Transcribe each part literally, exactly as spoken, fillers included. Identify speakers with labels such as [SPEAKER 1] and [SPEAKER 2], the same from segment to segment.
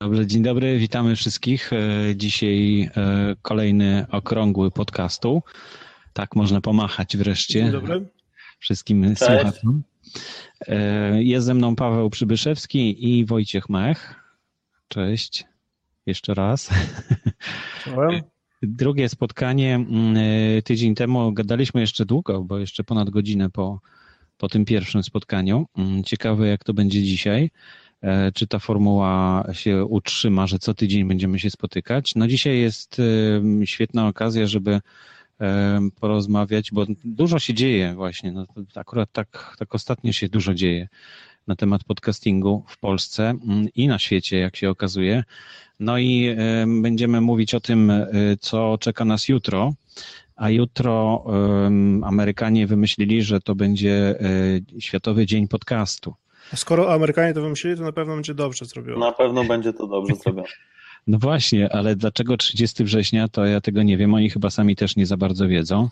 [SPEAKER 1] Dobrze, dzień dobry, witamy wszystkich. Dzisiaj kolejny okrągły podcastu. Tak można pomachać wreszcie.
[SPEAKER 2] Dzień dobry.
[SPEAKER 1] Wszystkim słuchaczom. Jest ze mną Paweł Przybyszewski i Wojciech Mech. Cześć. Jeszcze raz.
[SPEAKER 2] Czołem.
[SPEAKER 1] Drugie spotkanie tydzień temu. Gadaliśmy jeszcze długo, bo jeszcze ponad godzinę po, po tym pierwszym spotkaniu. Ciekawe, jak to będzie dzisiaj. Czy ta formuła się utrzyma, że co tydzień będziemy się spotykać. No dzisiaj jest świetna okazja, żeby porozmawiać, bo dużo się dzieje właśnie. No, akurat tak, tak ostatnio się dużo dzieje na temat podcastingu w Polsce i na świecie, jak się okazuje. No i będziemy mówić o tym, co czeka nas jutro. A jutro Amerykanie wymyślili, że to będzie Światowy Dzień Podcastu.
[SPEAKER 2] Skoro Amerykanie to wymyślili, to na pewno będzie dobrze zrobione.
[SPEAKER 3] Na pewno będzie to dobrze zrobione.
[SPEAKER 1] No właśnie, ale dlaczego trzydziestego września, to ja tego nie wiem. Oni chyba sami też nie za bardzo wiedzą.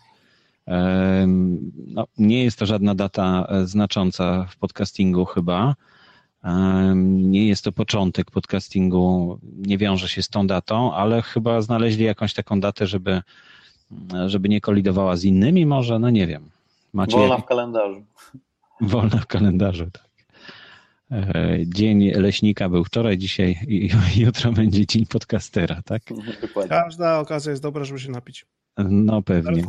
[SPEAKER 1] No, nie jest to żadna data znacząca w podcastingu chyba. Nie jest to początek podcastingu, nie wiąże się z tą datą, ale chyba znaleźli jakąś taką datę, żeby, żeby nie kolidowała z innymi może, no nie wiem.
[SPEAKER 3] Macie Wolna jak... w kalendarzu.
[SPEAKER 1] Wolna w kalendarzu, tak. Dzień leśnika był wczoraj, dzisiaj i jutro będzie dzień podcastera, tak?
[SPEAKER 2] Dokładnie. Każda okazja jest dobra, żeby się napić.
[SPEAKER 1] No pewnie.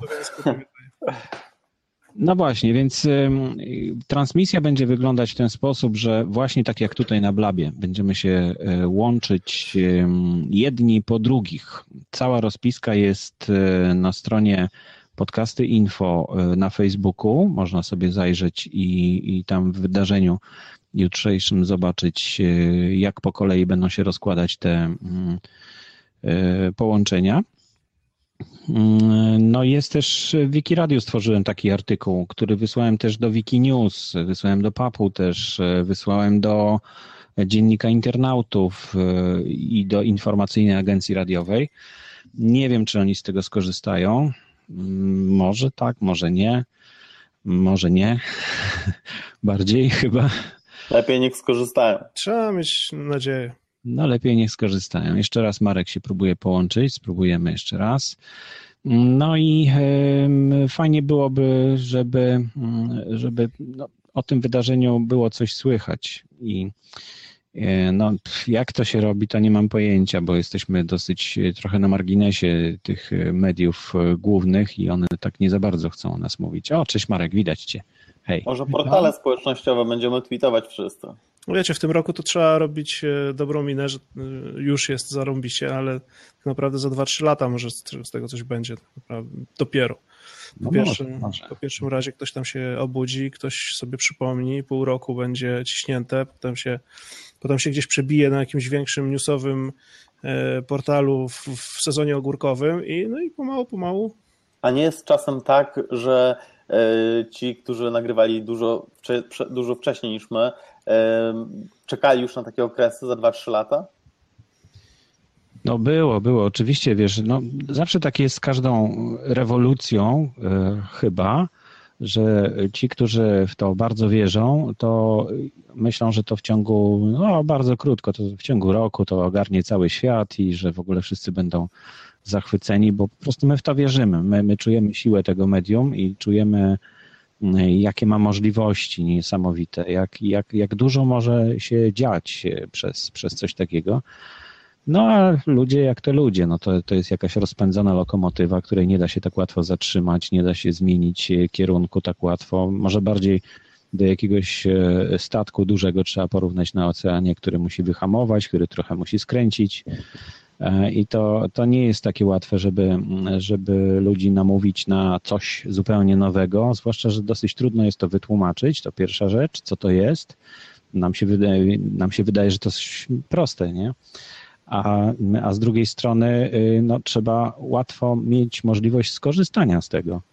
[SPEAKER 1] No właśnie, więc um, transmisja będzie wyglądać w ten sposób, że właśnie tak jak tutaj na Blabie będziemy się um, łączyć um, jedni po drugich. Cała rozpiska jest um, na stronie podcasty info um, na Facebooku. Można sobie zajrzeć i, i tam w wydarzeniu jutrzejszym zobaczyć, jak po kolei będą się rozkładać te połączenia. No jest też w Wikiradio stworzyłem taki artykuł, który wysłałem też do Wikinews, wysłałem do papu też, wysłałem do Dziennika Internautów i do Informacyjnej Agencji Radiowej. Nie wiem, czy oni z tego skorzystają. Może tak, może nie. Może nie. Bardziej chyba.
[SPEAKER 3] Lepiej niech skorzystają.
[SPEAKER 2] Trzeba mieć nadzieję.
[SPEAKER 1] No lepiej niech skorzystają. Jeszcze raz Marek się próbuje połączyć, spróbujemy jeszcze raz. No i y, fajnie byłoby, żeby, żeby no, o tym wydarzeniu było coś słychać. I y, no, jak to się robi, to nie mam pojęcia, bo jesteśmy dosyć trochę na marginesie tych mediów głównych i one tak nie za bardzo chcą o nas mówić. O, cześć Marek, widać cię. Hej.
[SPEAKER 3] Może portale no. społecznościowe będziemy tweetować wszyscy.
[SPEAKER 2] Wiecie, w tym roku to trzeba robić dobrą minę, że już jest zarąbiście, ale tak naprawdę za dwa trzy lata może z tego coś będzie. Tak naprawdę dopiero. Po, no pierwszym, może. po pierwszym razie ktoś tam się obudzi, ktoś sobie przypomni, pół roku będzie ciśnięte, potem się, potem się gdzieś przebije na jakimś większym newsowym portalu w, w sezonie ogórkowym i, no i pomału, pomału.
[SPEAKER 3] A nie jest czasem tak, że ci, którzy nagrywali dużo, dużo wcześniej niż my, czekali już na takie okresy za dwa trzy lata?
[SPEAKER 1] No było, było. Oczywiście, wiesz, no zawsze tak jest z każdą rewolucją e, chyba, że ci, którzy w to bardzo wierzą, to myślą, że to w ciągu, no bardzo krótko, to w ciągu roku to ogarnie cały świat i że w ogóle wszyscy będą zachwyceni, bo po prostu my w to wierzymy. My, my czujemy siłę tego medium i czujemy, jakie ma możliwości niesamowite, jak, jak, jak dużo może się dziać przez, przez coś takiego. No a ludzie jak to ludzie, no to, to jest jakaś rozpędzona lokomotywa, której nie da się tak łatwo zatrzymać, nie da się zmienić kierunku tak łatwo. Może bardziej do jakiegoś statku dużego trzeba porównać na oceanie, który musi wyhamować, który trochę musi skręcić. I to, to nie jest takie łatwe, żeby, żeby ludzi namówić na coś zupełnie nowego, zwłaszcza, że dosyć trudno jest to wytłumaczyć, to pierwsza rzecz, co to jest. Nam się wydaje, nam się wydaje że to jest proste, nie? A, a z drugiej strony no, trzeba łatwo mieć możliwość skorzystania z tego.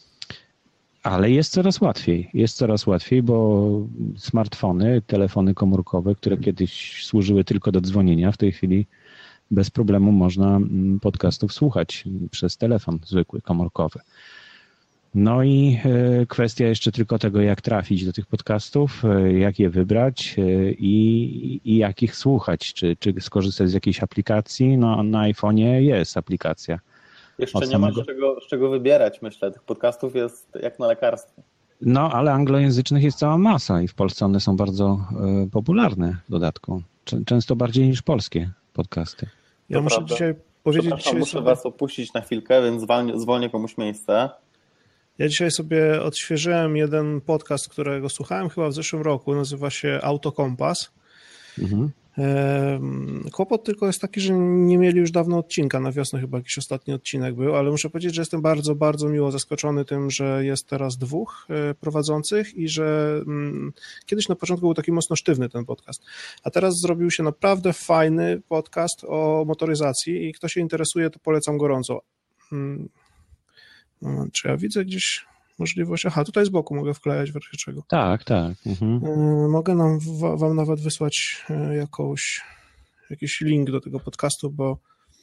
[SPEAKER 1] Ale jest coraz łatwiej, jest coraz łatwiej, bo smartfony, telefony komórkowe, które kiedyś służyły tylko do dzwonienia, w tej chwili bez problemu można podcastów słuchać przez telefon zwykły, komórkowy. No i e, kwestia jeszcze tylko tego, jak trafić do tych podcastów, e, jak je wybrać e, i, i jak ich słuchać, czy, czy skorzystać z jakiejś aplikacji. No na iPhone'ie jest aplikacja.
[SPEAKER 3] Jeszcze
[SPEAKER 1] Od
[SPEAKER 3] nie ma
[SPEAKER 1] samego-
[SPEAKER 3] z czego, z czego wybierać, myślę. Tych podcastów jest jak na lekarstwie.
[SPEAKER 1] No, ale anglojęzycznych jest cała masa i w Polsce one są bardzo e, popularne w dodatku. Czę- Często bardziej niż polskie podcasty.
[SPEAKER 2] Ja
[SPEAKER 3] To
[SPEAKER 2] muszę
[SPEAKER 3] prawda.
[SPEAKER 2] dzisiaj powiedzieć,
[SPEAKER 3] Przepraszam,
[SPEAKER 2] dzisiaj
[SPEAKER 3] muszę
[SPEAKER 2] sobie,
[SPEAKER 3] was opuścić na chwilkę, więc zwolnię, zwolnię komuś miejsce.
[SPEAKER 2] ja dzisiaj sobie odświeżyłem jeden podcast, którego słuchałem chyba w zeszłym roku, nazywa się Autokompas.
[SPEAKER 1] Mhm.
[SPEAKER 2] Ehm, Kłopot tylko jest taki, że nie mieli już dawno odcinka, na wiosnę chyba jakiś ostatni odcinek był, ale muszę powiedzieć, że jestem bardzo, bardzo miło zaskoczony tym, że jest teraz dwóch e, prowadzących i że mm, kiedyś na początku był taki mocno sztywny ten podcast, a teraz zrobił się naprawdę fajny podcast o motoryzacji i kto się interesuje, to polecam gorąco. Hmm. Moment, czy ja widzę gdzieś możliwość? Aha, tutaj z boku mogę wklejać w razie czego.
[SPEAKER 1] Tak, tak. Mhm.
[SPEAKER 2] E, Mogę nam, wa- wam nawet wysłać e, jakąś, jakiś link do tego podcastu, bo,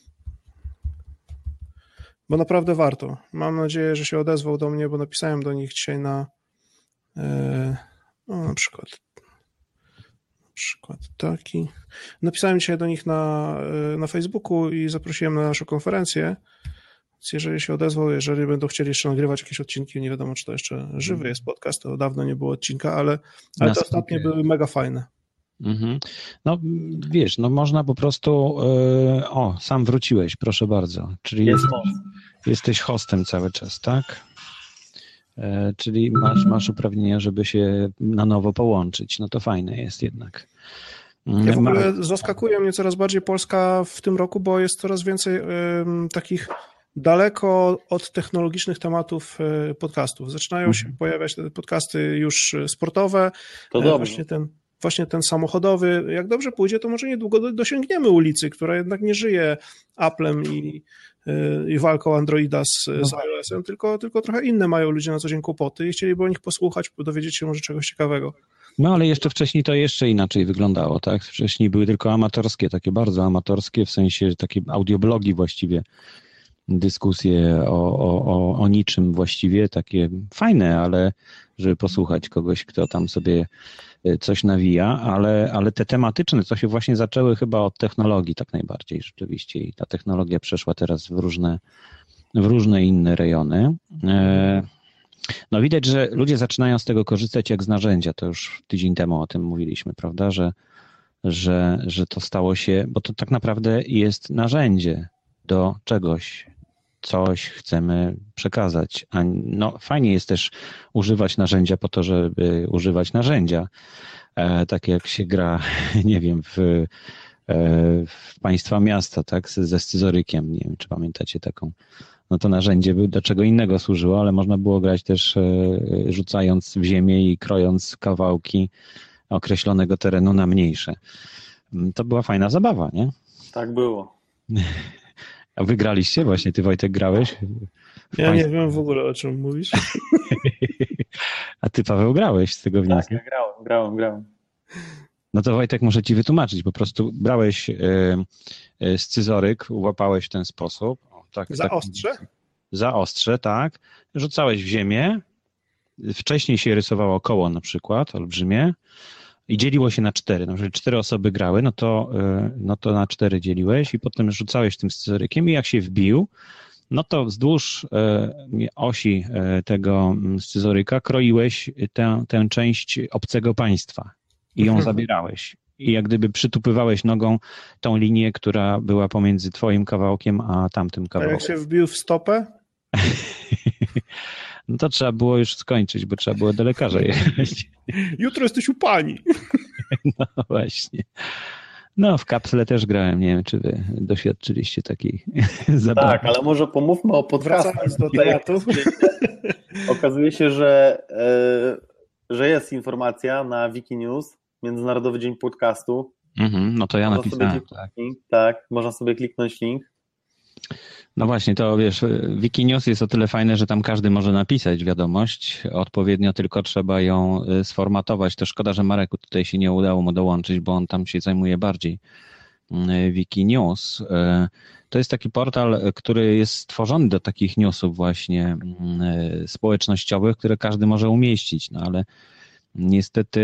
[SPEAKER 2] bo naprawdę warto. Mam nadzieję, że się odezwał do mnie, bo napisałem do nich dzisiaj na e, no, na przykład na przykład taki. Napisałem dzisiaj do nich na, e, na Facebooku i zaprosiłem na naszą konferencję. Więc jeżeli się odezwał, jeżeli będą chcieli jeszcze nagrywać jakieś odcinki, nie wiadomo, czy to jeszcze żywy jest podcast, to dawno nie było odcinka, ale, ale
[SPEAKER 1] Na
[SPEAKER 2] te ostatnie
[SPEAKER 1] Spotify.
[SPEAKER 2] były mega fajne.
[SPEAKER 1] Mhm. No wiesz, no można po prostu, e, o, sam wróciłeś, proszę bardzo, czyli
[SPEAKER 3] Jest
[SPEAKER 1] jest,
[SPEAKER 3] moc.
[SPEAKER 1] jesteś hostem cały czas, tak? E, czyli masz, masz uprawnienia, żeby się na nowo połączyć, no to fajne jest jednak.
[SPEAKER 2] Ja w
[SPEAKER 1] Ma-
[SPEAKER 2] ogóle zaskakuje mnie coraz bardziej Polska w tym roku, bo jest coraz więcej ym, takich daleko od technologicznych tematów y, podcastów. Zaczynają się pojawiać te podcasty już sportowe,
[SPEAKER 3] To
[SPEAKER 2] e,
[SPEAKER 3] dobrze.
[SPEAKER 2] właśnie ten, właśnie ten samochodowy. Jak dobrze pójdzie, to może niedługo do- dosięgniemy ulicy, która jednak nie żyje Applem i, y, i walką Androida z, z iOS-em, tylko, tylko trochę inne mają ludzie na co dzień kłopoty i chcieliby o nich posłuchać, dowiedzieć się może czegoś ciekawego.
[SPEAKER 1] No ale jeszcze wcześniej to jeszcze inaczej wyglądało, tak? Wcześniej były tylko amatorskie, takie bardzo amatorskie, w sensie takie audioblogi właściwie, dyskusje o, o, o, o niczym właściwie, takie fajne, ale żeby posłuchać kogoś, kto tam sobie coś nawija, ale, ale te tematyczne, to się właśnie zaczęły chyba od technologii tak najbardziej rzeczywiście i ta technologia przeszła teraz w różne, w różne inne rejony. E, No widać, że ludzie zaczynają z tego korzystać jak z narzędzia. To już tydzień temu o tym mówiliśmy, prawda, że, że, że to stało się, bo to tak naprawdę jest narzędzie do czegoś, coś chcemy przekazać. A no, fajnie jest też używać narzędzia po to, żeby używać narzędzia. E, tak jak się gra, nie wiem, w, e, w państwa miasta, tak, ze scyzorykiem. Nie wiem, czy pamiętacie taką. No to narzędzie by do czego innego służyło, ale można było grać też e, rzucając w ziemię i krojąc kawałki określonego terenu na mniejsze. To była fajna zabawa, nie?
[SPEAKER 3] Tak było.
[SPEAKER 1] A wygraliście? Właśnie ty, Wojtek, grałeś? W
[SPEAKER 2] Ja
[SPEAKER 1] państw-
[SPEAKER 2] nie wiem w ogóle, o czym mówisz.
[SPEAKER 1] A ty, Paweł, grałeś z tego
[SPEAKER 3] Tak,
[SPEAKER 1] wniosku?
[SPEAKER 3] ja grałem, grałem, grałem.
[SPEAKER 1] No to Wojtek, muszę ci wytłumaczyć. Po prostu brałeś e, e, scyzoryk, łapałeś w ten sposób. O, tak,
[SPEAKER 2] Za
[SPEAKER 1] tak,
[SPEAKER 2] ostrze?
[SPEAKER 1] Za ostrze, tak. Rzucałeś w ziemię. Wcześniej się rysowało koło na przykład, olbrzymie. I dzieliło się na cztery. No, jeżeli cztery osoby grały, no to, e, no to na cztery dzieliłeś i potem rzucałeś tym scyzorykiem i jak się wbił, no to wzdłuż e, osi e, tego scyzoryka kroiłeś tę, tę część obcego państwa i ją zabierałeś. I jak gdyby przytupywałeś nogą tą linię, która była pomiędzy twoim kawałkiem a tamtym
[SPEAKER 2] A jak
[SPEAKER 1] kawałkiem.
[SPEAKER 2] się wbił w stopę?
[SPEAKER 1] No to trzeba było już skończyć, bo trzeba było do lekarza jechać.
[SPEAKER 2] Jutro jesteś u pani.
[SPEAKER 1] No właśnie. No w kapsle też grałem, nie wiem, czy wy doświadczyliście takiej zabawy.
[SPEAKER 3] Tak, ale może pomówmy o podcastach.
[SPEAKER 2] Wracając do
[SPEAKER 3] Tutaj
[SPEAKER 2] tematu.
[SPEAKER 3] Okazuje się, że, e, że jest informacja na Wikinews, Międzynarodowy Dzień Podcastu.
[SPEAKER 1] Mhm, no to ja
[SPEAKER 3] Można sobie
[SPEAKER 1] napisałem.
[SPEAKER 3] kliknąć
[SPEAKER 1] Tak.
[SPEAKER 3] link, tak, można sobie kliknąć link.
[SPEAKER 1] No właśnie, to wiesz, Wikinews jest o tyle fajne, że tam każdy może napisać wiadomość. Odpowiednio tylko trzeba ją y, sformatować. To szkoda, że Mareku tutaj się nie udało mu dołączyć, bo on tam się zajmuje bardziej Wikinews. To jest taki portal, który jest stworzony do takich newsów właśnie społecznościowych, które każdy może umieścić, no ale niestety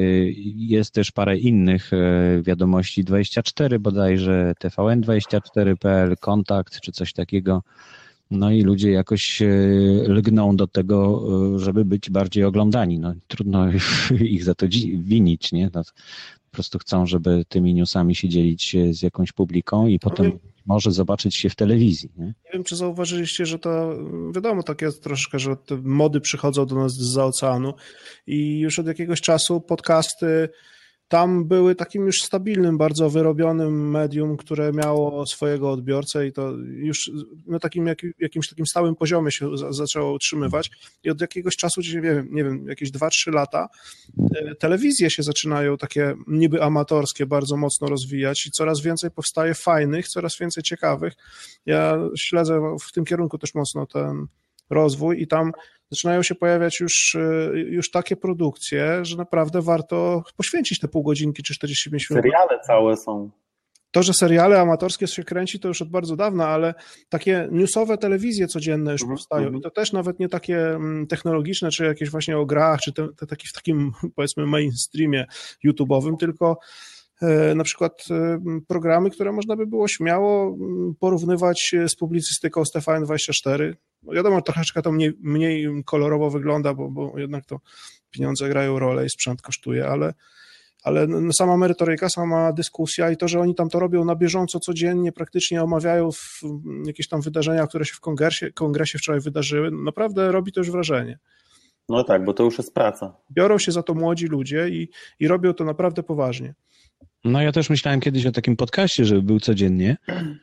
[SPEAKER 1] jest też parę innych, Wiadomości dwadzieścia cztery bodajże, T V N dwadzieścia cztery kropka P L, Kontakt czy coś takiego. No i ludzie jakoś lgną do tego, żeby być bardziej oglądani. No trudno ich za to winić, nie? No, po prostu chcą, żeby tymi newsami się dzielić z jakąś publiką i potem no może zobaczyć się w telewizji. Nie?
[SPEAKER 2] Nie wiem, czy zauważyliście, że to, wiadomo, tak jest troszkę, że te mody przychodzą do nas zza oceanu i już od jakiegoś czasu podcasty tam były takim już stabilnym, bardzo wyrobionym medium, które miało swojego odbiorcę i to już na takim jak, jakimś takim stałym poziomie się za, zaczęło utrzymywać i od jakiegoś czasu, nie wiem, nie wiem jakieś dwa trzy lata, telewizje się zaczynają takie niby amatorskie bardzo mocno rozwijać i coraz więcej powstaje fajnych, coraz więcej ciekawych. Ja śledzę w tym kierunku też mocno ten rozwój i tam zaczynają się pojawiać już, już takie produkcje, że naprawdę warto poświęcić te pół godzinki czy czterdzieści pięć minut.
[SPEAKER 3] Seriale całe są.
[SPEAKER 2] To, że seriale amatorskie się kręci, to już od bardzo dawna, ale takie newsowe telewizje codzienne już mm-hmm. powstają i to też nawet nie takie technologiczne, czy jakieś właśnie o grach, czy te, te takie w takim powiedzmy mainstreamie YouTube'owym, tylko na przykład programy, które można by było śmiało porównywać z publicystyką z T V N dwadzieścia cztery. No wiadomo, troszeczkę to mniej, mniej kolorowo wygląda, bo, bo jednak to pieniądze grają rolę i sprzęt kosztuje, ale, ale sama merytoryka, sama dyskusja i to, że oni tam to robią na bieżąco, codziennie, praktycznie omawiają w jakieś tam wydarzenia, które się w kongresie, kongresie wczoraj wydarzyły, naprawdę robi to już wrażenie.
[SPEAKER 3] No tak, bo to już jest praca.
[SPEAKER 2] Biorą się za to młodzi ludzie i, i robią to naprawdę poważnie.
[SPEAKER 1] No ja też myślałem kiedyś o takim podcaście, żeby był codziennie,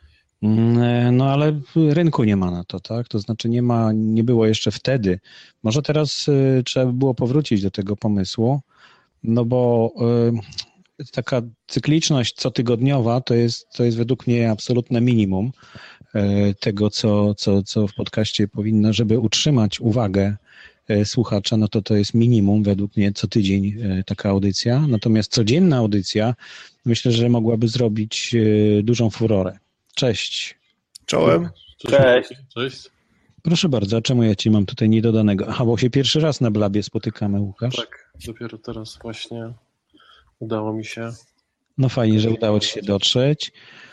[SPEAKER 1] no ale rynku nie ma na to, tak? To znaczy nie ma, nie było jeszcze wtedy. Może teraz trzeba by było powrócić do tego pomysłu, no bo taka cykliczność cotygodniowa to jest, to jest według mnie absolutne minimum tego, co, co, co w podcaście powinno, żeby utrzymać uwagę słuchacza, no to to jest minimum według mnie co tydzień taka audycja, natomiast codzienna audycja myślę, że mogłaby zrobić dużą furorę. Cześć.
[SPEAKER 2] Czołem.
[SPEAKER 3] Cześć.
[SPEAKER 4] Cześć.
[SPEAKER 1] Proszę bardzo, a czemu ja ci mam tutaj niedodanego? Aha, bo się pierwszy raz na Blabie spotykamy, Łukasz.
[SPEAKER 4] Tak, dopiero teraz właśnie udało mi się.
[SPEAKER 1] No fajnie, że udało ci się dotrzeć.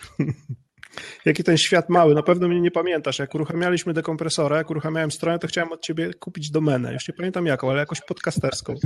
[SPEAKER 2] Jaki ten świat mały, na pewno mnie nie pamiętasz. Jak uruchamialiśmy dekompresora, jak uruchamiałem stronę, to chciałem od ciebie kupić domenę. Już nie pamiętam jaką, ale jakoś podcasterską.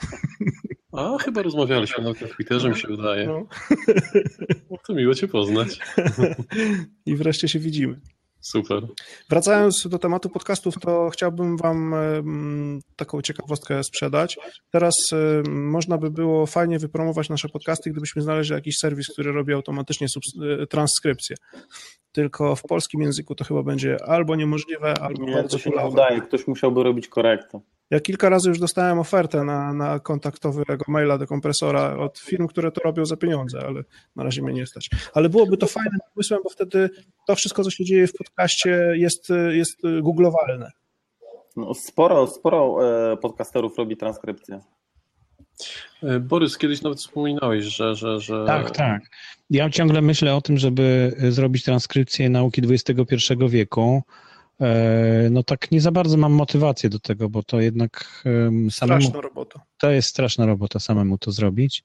[SPEAKER 4] A, chyba rozmawialiśmy na tym Twitterze, mi się wydaje. No. No to miło cię poznać.
[SPEAKER 2] I wreszcie się widzimy.
[SPEAKER 4] Super.
[SPEAKER 2] Wracając do tematu podcastów, to chciałbym wam taką ciekawostkę sprzedać. Teraz można by było fajnie wypromować nasze podcasty, gdybyśmy znaleźli jakiś serwis, który robi automatycznie transkrypcję. Tylko w polskim języku to chyba będzie albo niemożliwe, albo
[SPEAKER 3] nie,
[SPEAKER 2] bardzo
[SPEAKER 3] to się
[SPEAKER 2] kulawe.
[SPEAKER 3] nie udaje. Ktoś musiałby robić korektę.
[SPEAKER 2] Ja kilka razy już dostałem ofertę na, na kontaktowego maila do kompresora od firm, które to robią za pieniądze, ale na razie mnie nie stać. Ale byłoby to fajnym pomysłem, bo wtedy to wszystko, co się dzieje w podcaście jest, jest googlowalne.
[SPEAKER 3] No, sporo, sporo podcasterów robi transkrypcję.
[SPEAKER 4] Borys, kiedyś nawet wspominałeś, że, że, że...
[SPEAKER 1] Tak, tak. Ja ciągle myślę o tym, żeby zrobić transkrypcję nauki dwudziestego pierwszego wieku. No tak nie za bardzo mam motywację do tego, bo to jednak samemu...
[SPEAKER 2] Straszna robota.
[SPEAKER 1] To jest straszna robota samemu to zrobić.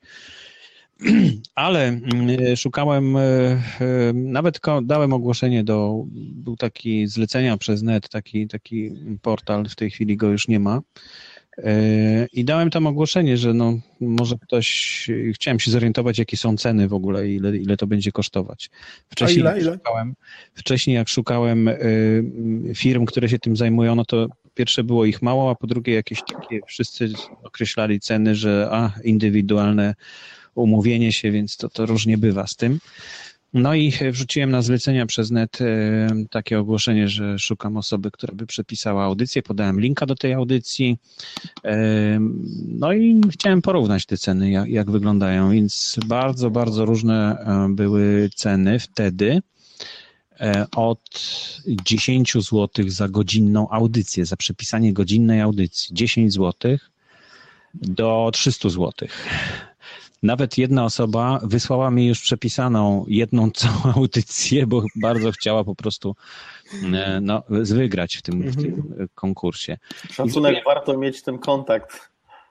[SPEAKER 1] Ale szukałem, nawet dałem ogłoszenie do, był taki zlecenia przez net, taki, taki portal, w tej chwili go już nie ma. I dałem tam ogłoszenie, że no może ktoś, chciałem się zorientować, jakie są ceny w ogóle, ile, ile to będzie kosztować. Wcześniej,
[SPEAKER 2] A ile, ile?
[SPEAKER 1] Jak szukałem, wcześniej jak szukałem firm, które się tym zajmują, no to pierwsze było ich mało, a po drugie jakieś takie, wszyscy określali ceny, że a, indywidualne umówienie się, więc to, to różnie bywa z tym. No i wrzuciłem na zlecenia przez net takie ogłoszenie, że szukam osoby, która by przepisała audycję, podałem linka do tej audycji, no i chciałem porównać te ceny, jak, jak wyglądają, więc bardzo, bardzo różne były ceny wtedy, od dziesięć złotych za godzinną audycję, za przepisanie godzinnej audycji, dziesięć złotych do trzysta złotych. nawet jedna osoba wysłała mi już przepisaną jedną całą audycję, bo bardzo chciała po prostu no, wygrać w tym, w tym konkursie.
[SPEAKER 3] Szacunek, I... warto mieć ten kontakt.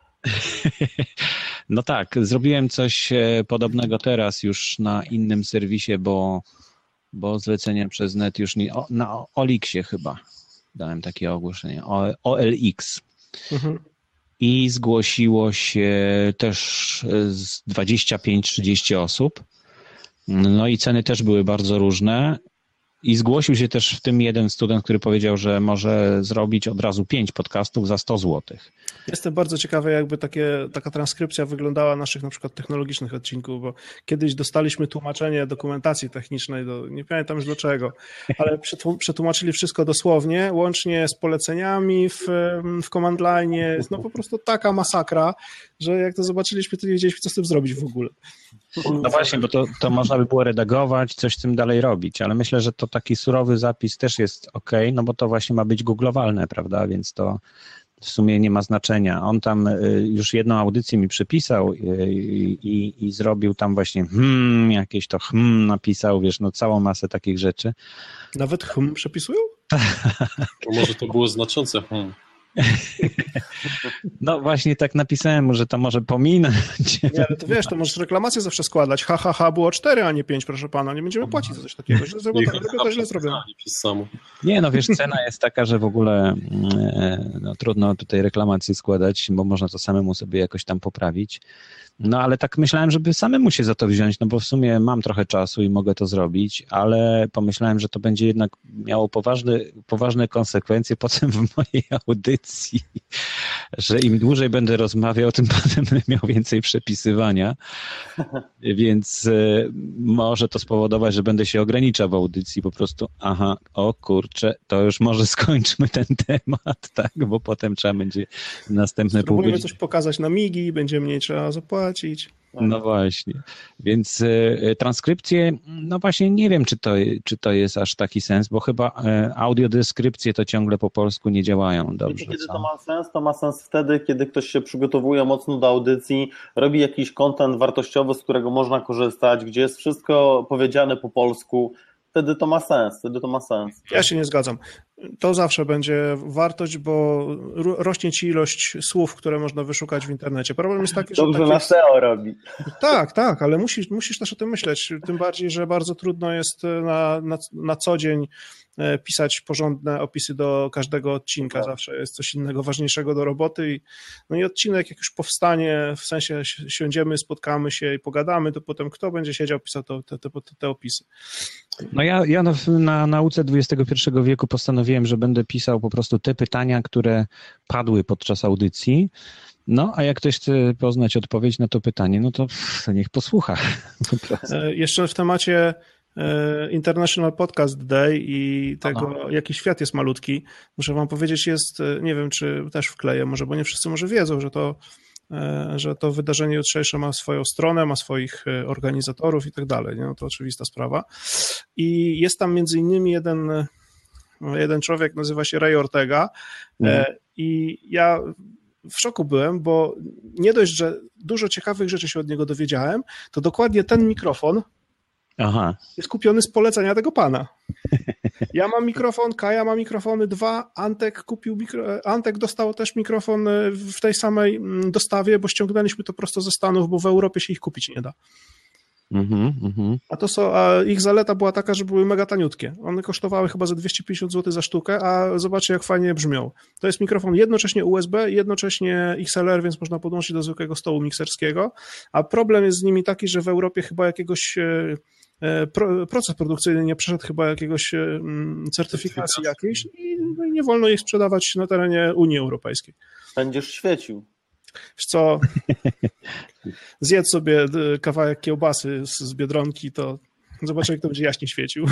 [SPEAKER 1] No tak, zrobiłem coś podobnego teraz już na innym serwisie, bo, bo zlecenie przez net już nie, o, na Oliksie chyba dałem takie ogłoszenie, O L X. Mhm. I zgłosiło się też dwadzieścia pięć trzydzieści osób. No i ceny też były bardzo różne. I zgłosił się też w tym jeden student, który powiedział, że może zrobić od razu pięć podcastów za sto złotych.
[SPEAKER 2] Jestem bardzo ciekawy, jakby takie, taka transkrypcja wyglądała naszych na przykład technologicznych odcinków, bo kiedyś dostaliśmy tłumaczenie dokumentacji technicznej, do, nie pamiętam już do czego, ale przetłumaczyli wszystko dosłownie, łącznie z poleceniami w, w command line. Jest no po prostu taka masakra, że jak to zobaczyliśmy, to nie wiedzieliśmy, co z tym zrobić w ogóle.
[SPEAKER 1] No właśnie, bo to, to można by było redagować, coś z tym dalej robić, ale myślę, że to taki surowy zapis też jest ok, no bo to właśnie ma być googlowalne, prawda, więc to w sumie nie ma znaczenia. On tam już jedną audycję mi przypisał i, i, i zrobił tam właśnie hmm, jakieś to hmm napisał, wiesz, no całą masę takich rzeczy.
[SPEAKER 2] Nawet hmm przepisują?
[SPEAKER 4] To może to było znaczące hmm.
[SPEAKER 1] No właśnie tak napisałem mu, że to może pominąć.
[SPEAKER 2] Nie, ale to wiesz, to możesz reklamację zawsze składać. Ha, ha, ha, było cztery, a nie pięć, proszę pana. Nie będziemy płacić za coś takiego. Źle zrobione, to źle zrobione.
[SPEAKER 1] Nie, no wiesz, cena jest taka, że w ogóle no, trudno tutaj reklamację składać, bo można to samemu sobie jakoś tam poprawić. No ale tak myślałem, żeby samemu się za to wziąć, no bo w sumie mam trochę czasu i mogę to zrobić, ale pomyślałem, że to będzie jednak miało poważne, poważne konsekwencje potem w mojej audycji, że im dłużej będę rozmawiał, tym potem będę miał więcej przepisywania, więc może to spowodować, że będę się ograniczał w audycji, po prostu aha, o kurczę, to już może skończmy ten temat, tak, bo potem trzeba będzie następne pół godziny.
[SPEAKER 2] Spróbujemy coś pokazać na migi, będzie mniej trzeba zapłacić.
[SPEAKER 1] No właśnie, więc y, transkrypcje, no właśnie nie wiem, czy to, czy to jest aż taki sens, bo chyba y, audiodeskrypcje to ciągle po polsku nie działają dobrze.
[SPEAKER 3] Kiedy
[SPEAKER 1] co?
[SPEAKER 3] to ma sens? To ma sens wtedy, kiedy ktoś się przygotowuje mocno do audycji, robi jakiś content wartościowy, z którego można korzystać, gdzie jest wszystko powiedziane po polsku. Wtedy to ma sens, wtedy to ma sens.
[SPEAKER 2] Ja się nie zgadzam. To zawsze będzie wartość, bo rośnie ci ilość słów, które można wyszukać w internecie. Problem jest taki, że...
[SPEAKER 3] Dobrze
[SPEAKER 2] taki...
[SPEAKER 3] na S E O robi.
[SPEAKER 2] Tak, tak, ale musisz, musisz też o tym myśleć. Tym bardziej, że bardzo trudno jest na, na, na co dzień pisać porządne opisy do każdego odcinka. Tak. Zawsze jest coś innego, ważniejszego do roboty. I, no i odcinek jak już powstanie, w sensie siądziemy, spotkamy się i pogadamy, to potem kto będzie siedział, pisał to, te, te, te opisy.
[SPEAKER 1] No ja, ja na, na nauce dwudziestego pierwszego wieku postanowiłem, że będę pisał po prostu te pytania, które padły podczas audycji. No, a jak ktoś chce poznać odpowiedź na to pytanie, no to, to niech posłucha.
[SPEAKER 2] Jeszcze w temacie International Podcast Day i tego, Aha. jaki świat jest malutki, muszę wam powiedzieć, jest, nie wiem, czy też wkleję może, bo nie wszyscy może wiedzą, że to, że to wydarzenie jutrzejsze ma swoją stronę, ma swoich organizatorów i tak dalej, no to oczywista sprawa. I jest tam między innymi jeden, jeden człowiek, nazywa się Ray Ortega mhm. i ja w szoku byłem, bo nie dość, że dużo ciekawych rzeczy się od niego dowiedziałem, to dokładnie ten mikrofon
[SPEAKER 1] Aha.
[SPEAKER 2] jest kupiony z polecenia tego pana. Ja mam mikrofon, Kaja ma mikrofony dwa, Antek kupił mikro... Antek dostał też mikrofon w tej samej dostawie, bo ściągnęliśmy to prosto ze Stanów, bo w Europie się ich kupić nie da.
[SPEAKER 1] Mm-hmm, mm-hmm.
[SPEAKER 2] A to są, a ich zaleta była taka, że były mega taniutkie. One kosztowały chyba za dwieście pięćdziesiąt złotych za sztukę, a zobaczcie, jak fajnie brzmią. To jest mikrofon jednocześnie U S B, jednocześnie X L R, więc można podłączyć do zwykłego stołu mikserskiego, a problem jest z nimi taki, że w Europie chyba jakiegoś proces produkcyjny nie przeszedł chyba jakiegoś certyfikacji jakiejś i nie wolno ich sprzedawać na terenie Unii Europejskiej.
[SPEAKER 3] Będziesz świecił.
[SPEAKER 2] Wiesz co, zjedz sobie kawałek kiełbasy z Biedronki, to zobaczę, jak to będzie jaśnie świecił.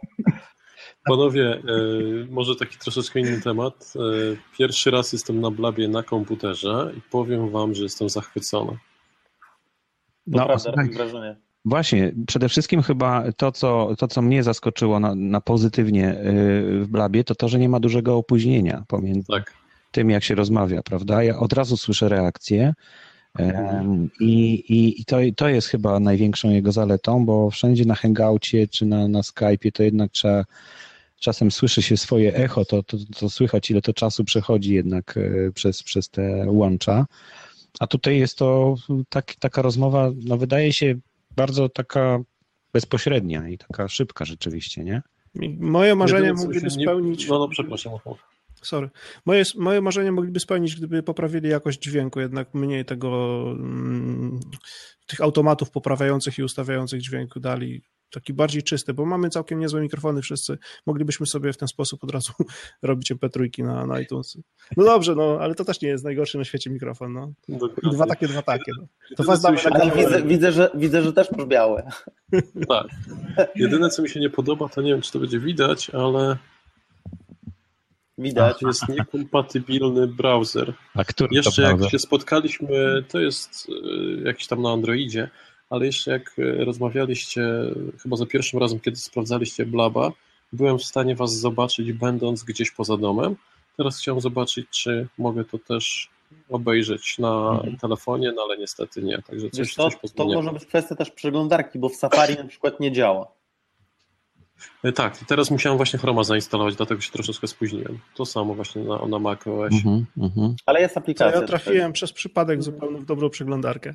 [SPEAKER 4] Panowie, może taki troszeczkę inny temat. Pierwszy raz jestem na Blabie na komputerze i powiem wam, że jestem zachwycony.
[SPEAKER 3] To
[SPEAKER 1] no,
[SPEAKER 3] prawda, robi wrażenie.
[SPEAKER 1] Właśnie, przede wszystkim chyba to, co, to, co mnie zaskoczyło na, na pozytywnie w Blabie, to to, że nie ma dużego opóźnienia pomiędzy tak. tym, jak się rozmawia, prawda? Ja od razu słyszę reakcję, I, i, i to, to jest chyba największą jego zaletą, bo wszędzie na Hangoucie czy na, na Skype'ie to jednak trzeba, czasem słyszy się swoje echo, to, to, to słychać, ile to czasu przechodzi jednak przez, przez te łącza. A tutaj jest to tak, taka rozmowa, no wydaje się bardzo taka bezpośrednia i taka szybka rzeczywiście, nie?
[SPEAKER 2] Moje marzenie
[SPEAKER 4] Jedyne, co
[SPEAKER 2] mogliby
[SPEAKER 4] się nie-
[SPEAKER 2] spełnić...
[SPEAKER 4] No, no przepraszam.
[SPEAKER 2] Sorry. Moje, moje marzenie mogliby spełnić, gdyby poprawili jakość dźwięku, jednak mniej tego mm, tych automatów poprawiających i ustawiających dźwięku dali taki bardziej czysty, bo mamy całkiem niezłe mikrofony wszyscy. Moglibyśmy sobie w ten sposób od razu robić em pe trzy na, na iTunes. No dobrze, no, ale to też nie jest najgorszy na świecie mikrofon. No.
[SPEAKER 4] Dokładnie.
[SPEAKER 2] Dwa takie, dwa takie. No. To
[SPEAKER 4] Jedyne,
[SPEAKER 2] was
[SPEAKER 4] co mi
[SPEAKER 2] damy
[SPEAKER 4] się
[SPEAKER 2] na
[SPEAKER 3] Ale
[SPEAKER 2] kamerę.
[SPEAKER 3] widzę, widzę, że, widzę, że też masz białe.
[SPEAKER 4] Tak. Jedyne, co mi się nie podoba, to nie wiem, czy to będzie widać, ale
[SPEAKER 3] Widać.
[SPEAKER 4] jest niekompatybilny browser.
[SPEAKER 1] A który
[SPEAKER 4] Jeszcze
[SPEAKER 1] to
[SPEAKER 4] jak
[SPEAKER 1] browser?
[SPEAKER 4] się spotkaliśmy, to jest y, jakiś tam na Androidzie, ale jeszcze jak y, rozmawialiście, chyba za pierwszym razem, kiedy sprawdzaliście Blaba, byłem w stanie was zobaczyć, będąc gdzieś poza domem. Teraz chciałem zobaczyć, czy mogę to też obejrzeć na
[SPEAKER 1] Mhm.
[SPEAKER 4] telefonie, no ale niestety nie, także coś,
[SPEAKER 3] Wiesz co,
[SPEAKER 4] coś
[SPEAKER 3] to
[SPEAKER 4] pozmieniałem.
[SPEAKER 3] może być kwestia też przeglądarki, bo w Safari na przykład nie działa.
[SPEAKER 4] Y, Tak, teraz musiałem właśnie Chroma zainstalować, dlatego się troszeczkę spóźniłem. To samo właśnie na, na macOS.
[SPEAKER 1] Mhm, mhm.
[SPEAKER 3] Ale jest
[SPEAKER 2] To
[SPEAKER 3] aplikacja.
[SPEAKER 2] ja trafiłem przez przypadek zupełnie w dobrą przeglądarkę.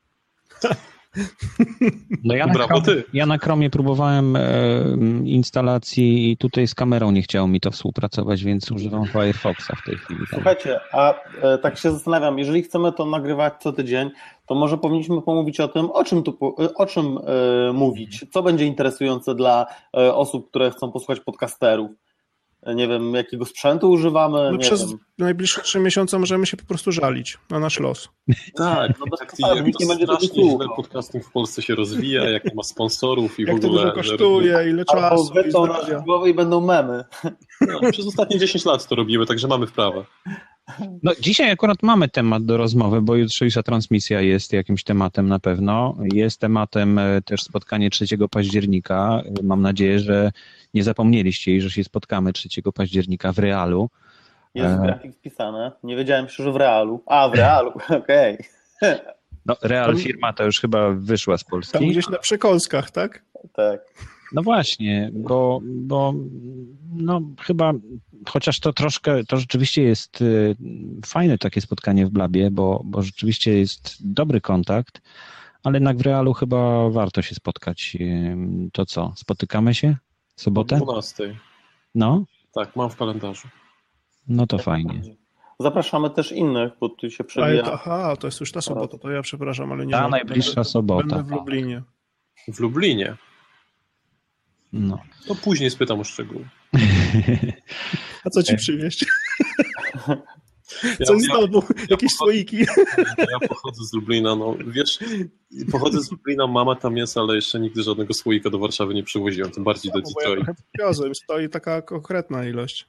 [SPEAKER 1] No ja na,
[SPEAKER 4] Brawo,
[SPEAKER 1] Chromie,
[SPEAKER 4] ty.
[SPEAKER 1] ja na Chromie próbowałem e, instalacji i tutaj z kamerą nie chciało mi to współpracować, więc używam Firefoxa w tej chwili.
[SPEAKER 3] Słuchajcie, a e, tak się zastanawiam, jeżeli chcemy to nagrywać co tydzień, to może powinniśmy pomówić o tym, o czym, tu, po- o czym e, mówić, co będzie interesujące dla e, osób, które chcą posłuchać podcasterów. E, Nie wiem, jakiego sprzętu używamy,
[SPEAKER 2] No
[SPEAKER 3] nie
[SPEAKER 2] przez
[SPEAKER 3] wiem.
[SPEAKER 2] najbliższe trzy miesiące możemy się po prostu żalić na nasz los.
[SPEAKER 4] Tak,
[SPEAKER 3] No bez
[SPEAKER 4] tak,
[SPEAKER 3] przesady,
[SPEAKER 4] jak
[SPEAKER 3] nikt
[SPEAKER 4] to
[SPEAKER 3] nie będzie tego
[SPEAKER 4] strasznie źle
[SPEAKER 3] słuchał.
[SPEAKER 4] podcasting w Polsce się rozwija, jak nie ma sponsorów i
[SPEAKER 2] Jak
[SPEAKER 4] w
[SPEAKER 2] to
[SPEAKER 4] ogóle...
[SPEAKER 2] dużo kosztuje, ile
[SPEAKER 3] Albo
[SPEAKER 2] czasu i
[SPEAKER 3] wytną nasze
[SPEAKER 2] zdrowia.
[SPEAKER 3] głowy i będą memy.
[SPEAKER 4] No, przez ostatnie dziesięć lat to robimy, także mamy wprawę.
[SPEAKER 1] No, dzisiaj akurat mamy temat do rozmowy, bo jutrzejsza transmisja jest jakimś tematem na pewno. Jest tematem e, też spotkanie trzeciego października. Mam nadzieję, że nie zapomnieliście i że się spotkamy trzeciego października w Realu.
[SPEAKER 3] Jest
[SPEAKER 1] E.
[SPEAKER 3] grafik wpisane. Nie wiedziałem jeszcze, że w realu. A, w realu, okej.
[SPEAKER 1] No, Real
[SPEAKER 2] Tam-
[SPEAKER 1] firma to już chyba wyszła z
[SPEAKER 2] Tam
[SPEAKER 1] Polski.
[SPEAKER 2] gdzieś na przekąskach, tak?
[SPEAKER 3] Tak.
[SPEAKER 1] No właśnie, bo, bo no chyba, chociaż to troszkę, to rzeczywiście jest y, fajne takie spotkanie w Blabie, bo, bo rzeczywiście jest dobry kontakt, ale jednak w Realu chyba warto się spotkać. Y, To co, spotykamy się w
[SPEAKER 4] O
[SPEAKER 1] sobotę?
[SPEAKER 4] dwunastej.
[SPEAKER 1] No,
[SPEAKER 4] Tak, mam w kalendarzu.
[SPEAKER 1] no to fajnie.
[SPEAKER 3] Zapraszamy też innych, bo tu się
[SPEAKER 2] Ale
[SPEAKER 3] przewija.
[SPEAKER 2] to, aha, to jest już ta sobota, to ja przepraszam, ale nie
[SPEAKER 1] Ta
[SPEAKER 2] mogę.
[SPEAKER 1] najbliższa
[SPEAKER 2] Będę-
[SPEAKER 1] sobota.
[SPEAKER 2] Będę w Lublinie.
[SPEAKER 4] W Lublinie.
[SPEAKER 1] No.
[SPEAKER 4] To później spytam o szczegóły.
[SPEAKER 2] A co ci przywieźć?
[SPEAKER 4] Ja,
[SPEAKER 2] Coś z
[SPEAKER 4] ja,
[SPEAKER 2] domu? Jakieś
[SPEAKER 4] pochodzę-
[SPEAKER 2] słoiki?
[SPEAKER 4] ja pochodzę z Lublina, no wiesz, pochodzę z Lublina, mama tam jest, ale jeszcze nigdy żadnego słoika do Warszawy nie przywoziłem, tym bardziej do
[SPEAKER 2] Bo ja
[SPEAKER 4] Detroit.
[SPEAKER 2] trochę wiozłem, stoi taka konkretna ilość.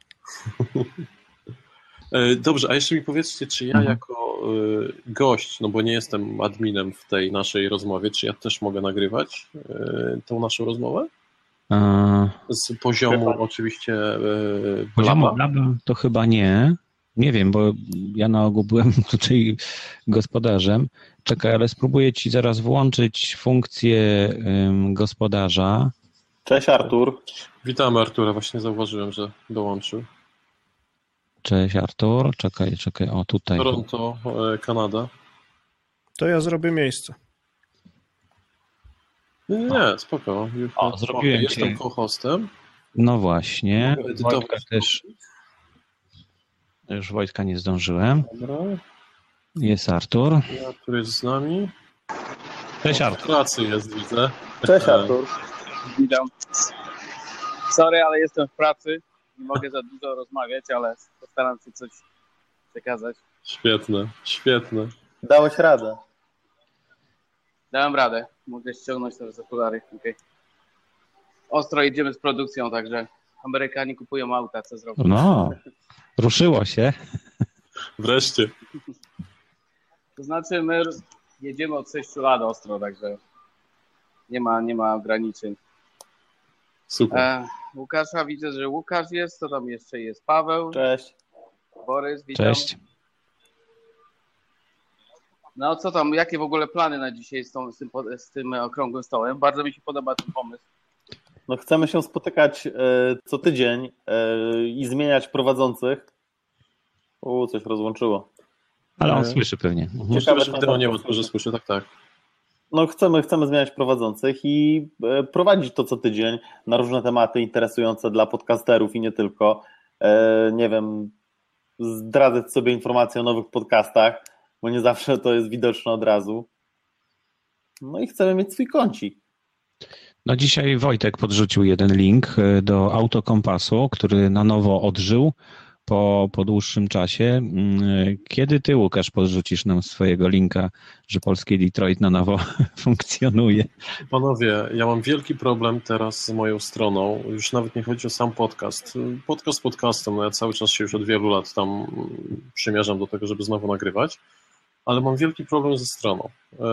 [SPEAKER 4] E, Dobrze, a jeszcze mi powiedzcie, czy ja
[SPEAKER 1] Mhm.
[SPEAKER 4] jako e, gość, no bo nie jestem adminem w tej naszej rozmowie, czy ja też mogę nagrywać e, tą naszą rozmowę?
[SPEAKER 1] A,
[SPEAKER 4] Z poziomu
[SPEAKER 3] Chyba.
[SPEAKER 4] oczywiście e,
[SPEAKER 1] poziomu
[SPEAKER 4] Blaba.
[SPEAKER 1] Blaba to chyba nie. Nie wiem, bo ja na ogół byłem tutaj gospodarzem. Czekaj, ale spróbuję ci zaraz włączyć funkcję ym, gospodarza.
[SPEAKER 3] Cześć Artur.
[SPEAKER 4] Witamy Artura, właśnie zauważyłem, że dołączył.
[SPEAKER 1] Cześć Artur. Czekaj, czekaj, o tutaj.
[SPEAKER 4] Toronto, e, Kanada.
[SPEAKER 2] To ja zrobię miejsce.
[SPEAKER 4] Nie, nie, spoko. Już
[SPEAKER 1] O,
[SPEAKER 4] mogę.
[SPEAKER 1] zrobiłem
[SPEAKER 4] Jestem
[SPEAKER 1] cię.
[SPEAKER 4] co-hostem.
[SPEAKER 1] No właśnie.
[SPEAKER 4] Mogę edytować.
[SPEAKER 1] Wojtka też. Już Wojtka nie zdążyłem.
[SPEAKER 4] Dobra.
[SPEAKER 1] Jest Artur.
[SPEAKER 4] Artur jest z nami.
[SPEAKER 1] Cześć
[SPEAKER 4] W
[SPEAKER 1] Artur.
[SPEAKER 4] pracy jest, widzę.
[SPEAKER 3] Cześć Artur.
[SPEAKER 5] Witam. Sorry, ale jestem w pracy. Nie mogę za dużo rozmawiać, ale postaram się coś przekazać.
[SPEAKER 4] Świetne, świetne.
[SPEAKER 3] Dałeś radę.
[SPEAKER 5] Dałem radę. Mogę ściągnąć teraz okulary. Okay. Ostro jedziemy z produkcją, także Amerykanie kupują auta, co zrobić.
[SPEAKER 1] No, ruszyło się.
[SPEAKER 4] Wreszcie.
[SPEAKER 5] To znaczy my jedziemy od sześciu lat ostro, także nie ma, nie ma ograniczeń.
[SPEAKER 4] Super.
[SPEAKER 5] E, Łukasza widzę, że Łukasz jest, to tam jeszcze jest Paweł,
[SPEAKER 3] Cześć.
[SPEAKER 5] Borys, witam.
[SPEAKER 1] Cześć.
[SPEAKER 5] No co tam, jakie w ogóle plany na dzisiaj z, tą, z, tym, z tym okrągłym stołem? Bardzo mi się podoba ten pomysł.
[SPEAKER 3] No chcemy się spotykać e, co tydzień e, i zmieniać prowadzących. U, coś rozłączyło.
[SPEAKER 1] Ale on
[SPEAKER 4] E,
[SPEAKER 1] słyszy pewnie.
[SPEAKER 4] Możliwe, że wideo nie ma, tylko że słyszę, tak, tak.
[SPEAKER 3] No chcemy, chcemy zmieniać prowadzących i e, prowadzić to co tydzień na różne tematy interesujące dla podcasterów i nie tylko. E, nie wiem, zdradzać sobie informacje o nowych podcastach, bo nie zawsze to jest widoczne od razu. No i chcemy mieć swój kącik.
[SPEAKER 1] No dzisiaj Wojtek podrzucił jeden link do Autokompasu, który na nowo odżył po, po dłuższym czasie. Kiedy ty, Łukasz, podrzucisz nam swojego linka, że polskie Detroit na nowo funkcjonuje?
[SPEAKER 4] Panowie, ja mam wielki problem teraz z moją stroną. Już nawet nie chodzi o sam podcast. Podcast podcastem, no ja cały czas się już od wielu lat tam przymierzam do tego, żeby znowu nagrywać, ale mam wielki problem ze stroną.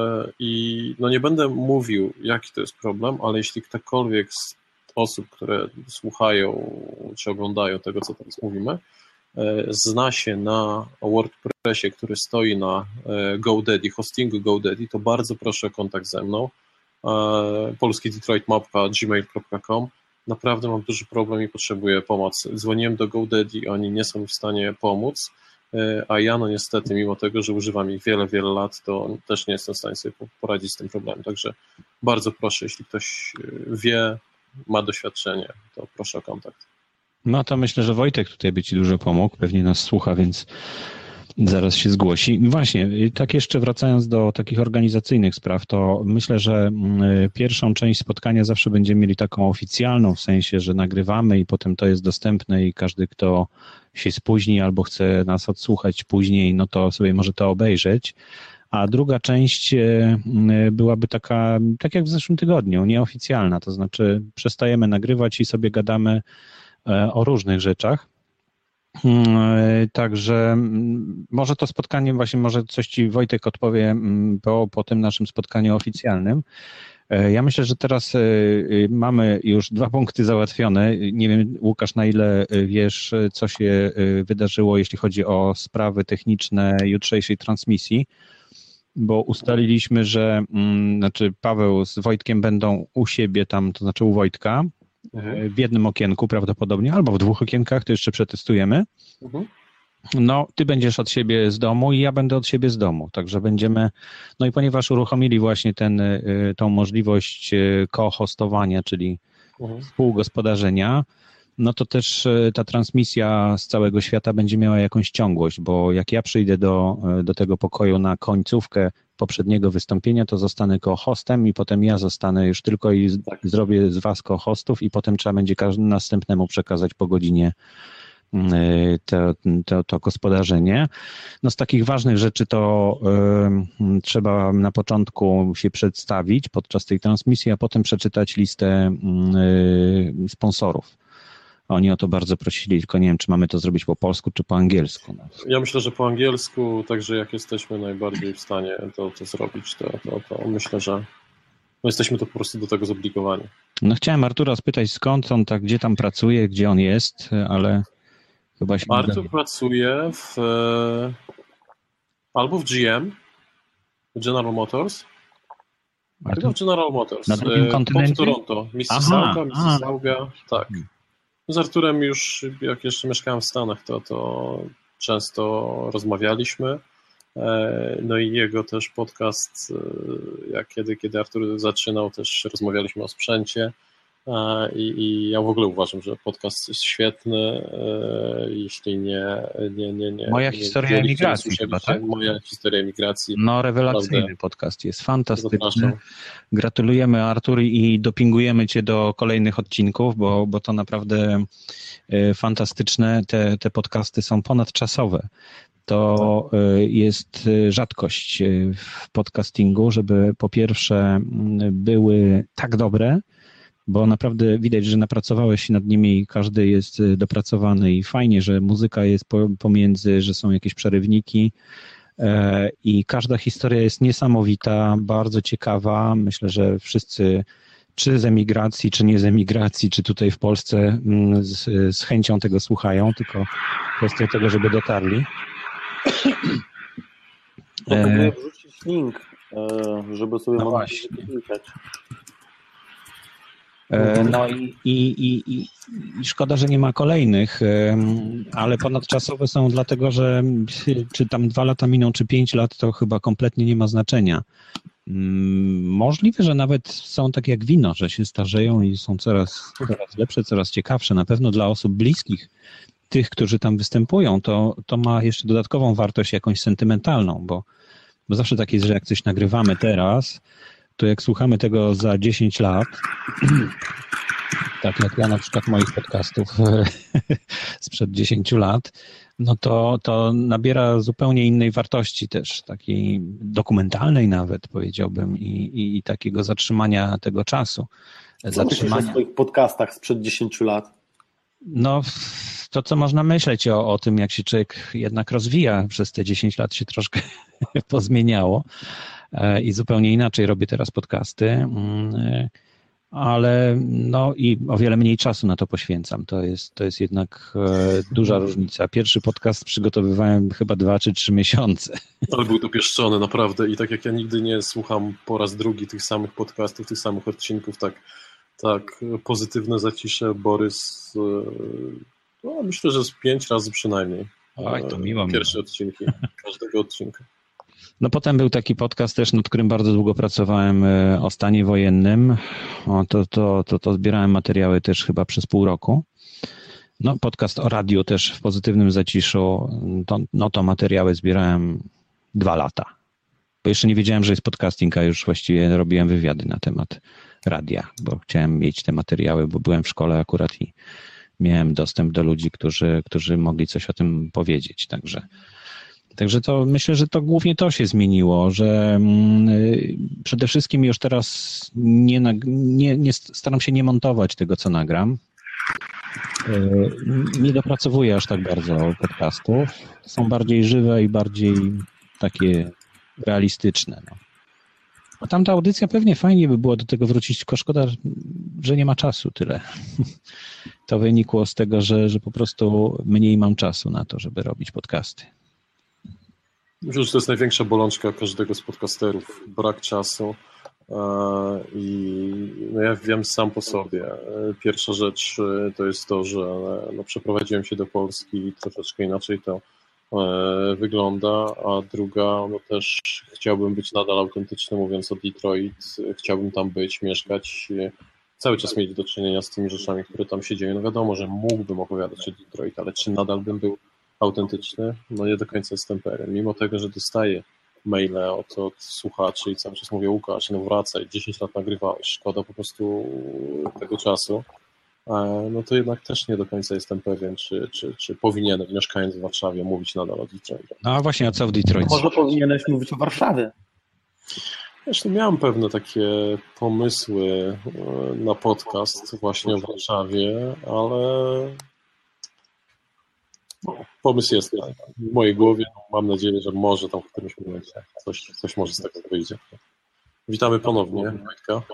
[SPEAKER 4] I no nie będę mówił, jaki to jest problem, ale jeśli ktokolwiek z osób, które słuchają czy oglądają tego, co teraz mówimy, zna się na WordPressie, który stoi na GoDaddy, hostingu GoDaddy, to bardzo proszę o kontakt ze mną. polski detroit małpa gmail kropka com. Naprawdę mam duży problem i potrzebuję pomocy. Dzwoniłem do GoDaddy, oni nie są w stanie pomóc, a ja no niestety, mimo tego, że używam ich wiele, wiele lat, to też nie jestem w stanie sobie poradzić z tym problemem. Także bardzo proszę, jeśli ktoś wie, ma doświadczenie, to proszę o kontakt.
[SPEAKER 1] No to myślę, że Wojtek tutaj by ci dużo pomógł, pewnie nas słucha, więc zaraz się zgłosi. Właśnie, tak jeszcze wracając do takich organizacyjnych spraw, to myślę, że pierwszą część spotkania zawsze będziemy mieli taką oficjalną, w sensie, że nagrywamy i potem to jest dostępne i każdy, kto się spóźni albo chce nas odsłuchać później, no to sobie może to obejrzeć. A druga część byłaby taka, tak jak w zeszłym tygodniu, nieoficjalna, to znaczy przestajemy nagrywać i sobie gadamy o różnych rzeczach. Także może to spotkanie, właśnie może coś ci Wojtek odpowie po, po tym naszym spotkaniu oficjalnym. Ja myślę, że teraz mamy już dwa punkty załatwione. Nie wiem, Łukasz, na ile wiesz, co się wydarzyło, jeśli chodzi o sprawy techniczne jutrzejszej transmisji, bo ustaliliśmy, że znaczy Paweł z Wojtkiem będą u siebie tam, to znaczy u Wojtka, w jednym okienku prawdopodobnie, albo w dwóch okienkach, to jeszcze przetestujemy. Mhm. No, ty będziesz od siebie z domu i ja będę od siebie z domu, także będziemy, no i ponieważ uruchomili właśnie ten, tą możliwość co-hostowania, czyli mhm. współgospodarzenia, no to też ta transmisja z całego świata będzie miała jakąś ciągłość, bo jak ja przyjdę do, do tego pokoju na końcówkę poprzedniego wystąpienia, to zostanę co-hostem i potem ja zostanę już tylko i z, tak. zrobię z was co-hostów i potem trzeba będzie każdemu następnemu przekazać po godzinie to, to, to gospodarzenie. No z takich ważnych rzeczy to y, trzeba na początku się przedstawić podczas tej transmisji, a potem przeczytać listę y, sponsorów. Oni o to bardzo prosili, tylko nie wiem, czy mamy to zrobić po polsku, czy po angielsku.
[SPEAKER 4] Ja myślę, że po angielsku, także jak jesteśmy najbardziej w stanie to, to zrobić, to, to, to myślę, że no jesteśmy to po prostu do tego zobligowani.
[SPEAKER 1] No chciałem Artura spytać, skąd on tak, gdzie tam pracuje, gdzie on jest, ale chyba się
[SPEAKER 4] Artur pracuje w albo w G M, General Motors, Artur? Chyba w General Motors,
[SPEAKER 1] na drugim kontynencie?
[SPEAKER 4] Pod Toronto, Mississauga, Mississauga, tak. Z Arturem już, jak jeszcze mieszkałem w Stanach, to, to często rozmawialiśmy. No i jego też podcast, jak kiedy, kiedy Artur zaczynał, też rozmawialiśmy o sprzęcie. I, I ja w ogóle uważam, że podcast jest świetny, jeśli nie... nie, nie, nie
[SPEAKER 1] Moja
[SPEAKER 4] nie,
[SPEAKER 1] historia
[SPEAKER 4] nie,
[SPEAKER 1] emigracji chyba, tak?
[SPEAKER 4] Moja historia emigracji.
[SPEAKER 1] No rewelacyjny naprawdę. Podcast, jest fantastyczny. Zapraszam. Gratulujemy, Artur, i dopingujemy cię do kolejnych odcinków, bo, bo to naprawdę fantastyczne. Te, te podcasty są ponadczasowe. To jest rzadkość w podcastingu, żeby po pierwsze były tak dobre, bo naprawdę widać, że napracowałeś się nad nimi i każdy jest dopracowany i fajnie, że muzyka jest pomiędzy, że są jakieś przerywniki i każda historia jest niesamowita, bardzo ciekawa. Myślę, że wszyscy, czy z emigracji, czy nie z emigracji, czy tutaj w Polsce z, z chęcią tego słuchają, tylko kwestia tego, żeby dotarli.
[SPEAKER 3] Próbuję wrzucić link, żeby sobie
[SPEAKER 1] No
[SPEAKER 3] mogli
[SPEAKER 1] właśnie.
[SPEAKER 3] klikać.
[SPEAKER 1] No i, i, i, i, i szkoda, że nie ma kolejnych, ale ponadczasowe są dlatego, że czy tam dwa lata miną, czy pięć lat, to chyba kompletnie nie ma znaczenia. Możliwe, że nawet są tak jak wino, że się starzeją i są coraz, coraz lepsze, coraz ciekawsze. Na pewno dla osób bliskich, tych, którzy tam występują, to, to ma jeszcze dodatkową wartość jakąś sentymentalną, bo, bo zawsze tak jest, że jak coś nagrywamy teraz, to jak słuchamy tego za dziesięć lat, tak jak ja na przykład moich podcastów sprzed dziesięciu lat, no to, to nabiera zupełnie innej wartości też, takiej dokumentalnej nawet powiedziałbym i, i, i takiego zatrzymania tego czasu.
[SPEAKER 3] Co
[SPEAKER 1] zatrzymania...
[SPEAKER 3] myślisz o swoich podcastach sprzed dziesięciu lat?
[SPEAKER 1] No to, co można myśleć o, o tym, jak się człowiek jednak rozwija, przez te dziesięć lat się troszkę pozmieniało i zupełnie inaczej robię teraz podcasty, ale no i o wiele mniej czasu na to poświęcam. To jest, to jest jednak duża różnica. Pierwszy podcast przygotowywałem chyba dwa czy trzy miesiące.
[SPEAKER 4] Ale był dopieszczony naprawdę i tak jak ja nigdy nie słucham po raz drugi tych samych podcastów, tych samych odcinków, tak, tak pozytywne zacisze Borys, no, myślę, że z pięć razy przynajmniej.
[SPEAKER 1] Oj, to miło
[SPEAKER 4] Pierwsze
[SPEAKER 1] miło.
[SPEAKER 4] odcinki każdego odcinka.
[SPEAKER 1] No potem był taki podcast też, nad którym bardzo długo pracowałem, o stanie wojennym. O, to, to, to, to zbierałem materiały też chyba przez pół roku. No podcast o radiu też w pozytywnym zaciszu. To, no to materiały zbierałem dwa lata. Bo jeszcze nie wiedziałem, że jest podcasting, a już właściwie robiłem wywiady na temat radia, bo chciałem mieć te materiały, bo byłem w szkole akurat i miałem dostęp do ludzi, którzy, którzy mogli coś o tym powiedzieć. Także Także to myślę, że to głównie to się zmieniło, że przede wszystkim już teraz nie, nie, nie staram się nie montować tego, co nagram. Nie dopracowuję aż tak bardzo podcastów. Są bardziej żywe i bardziej takie realistyczne. No. A tamta audycja pewnie fajnie by było do tego wrócić, tylko szkoda, że nie ma czasu tyle. To wynikło z tego, że, że po prostu mniej mam czasu na to, żeby robić podcasty.
[SPEAKER 4] Myślę, że to jest największa bolączka każdego z podcasterów, brak czasu i no ja wiem sam po sobie. Pierwsza rzecz to jest to, że no przeprowadziłem się do Polski i troszeczkę inaczej to wygląda, a druga, no też chciałbym być nadal autentyczny, mówiąc o Detroit, chciałbym tam być, mieszkać, cały czas mieć do czynienia z tymi rzeczami, które tam się dzieją. No wiadomo, że mógłbym opowiadać o Detroit, ale czy nadal bym był autentyczny? No nie do końca jestem pewien. Mimo tego, że dostaję maile od, od słuchaczy i cały czas mówię, Łukasz, no wracaj, dziesięć lat nagrywałeś, szkoda po prostu tego czasu, no to jednak też nie do końca jestem pewien, czy, czy, czy powinienem, mieszkając w Warszawie, mówić nadal o Detroit.
[SPEAKER 1] No a właśnie, a co w Detroit?
[SPEAKER 3] Może powinieneś mówić o Warszawie.
[SPEAKER 4] Zresztą miałem pewne takie pomysły na podcast właśnie o Warszawie, ale no, pomysł jest w mojej głowie. Mam nadzieję, że może tam w którymś momencie coś, coś może z tego wyjdzie. Witamy ponownie, Wojtka.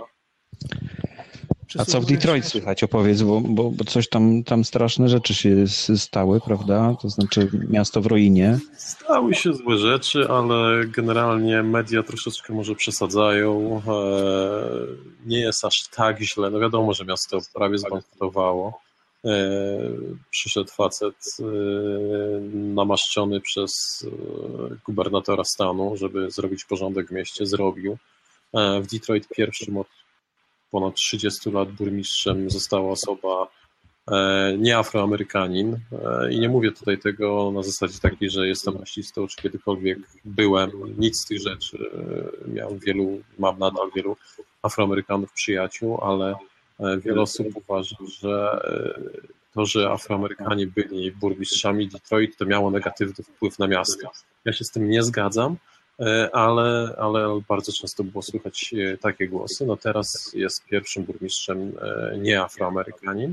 [SPEAKER 1] A co w Detroit słychać? Opowiedz, bo, bo, bo coś tam, tam straszne rzeczy się stały, prawda? To znaczy miasto w ruinie.
[SPEAKER 4] Stały się złe rzeczy, ale generalnie media troszeczkę może przesadzają. Nie jest aż tak źle. No wiadomo, że miasto prawie zbankrutowało. Przyszedł facet namaszczony przez gubernatora stanu, żeby zrobić porządek w mieście. Zrobił. W Detroit pierwszym od ponad trzydziestu lat burmistrzem została osoba nie Afroamerykanin i nie mówię tutaj tego na zasadzie takiej, że jestem rasistą, czy kiedykolwiek byłem, nic z tych rzeczy. Miałem wielu, mam nadal wielu Afroamerykanów przyjaciół, ale wiele osób uważa, że to, że Afroamerykanie byli burmistrzami Detroit, to miało negatywny wpływ na miasto. Ja się z tym nie zgadzam, ale, ale bardzo często było słychać takie głosy. No teraz jest pierwszym burmistrzem nie Afroamerykanin.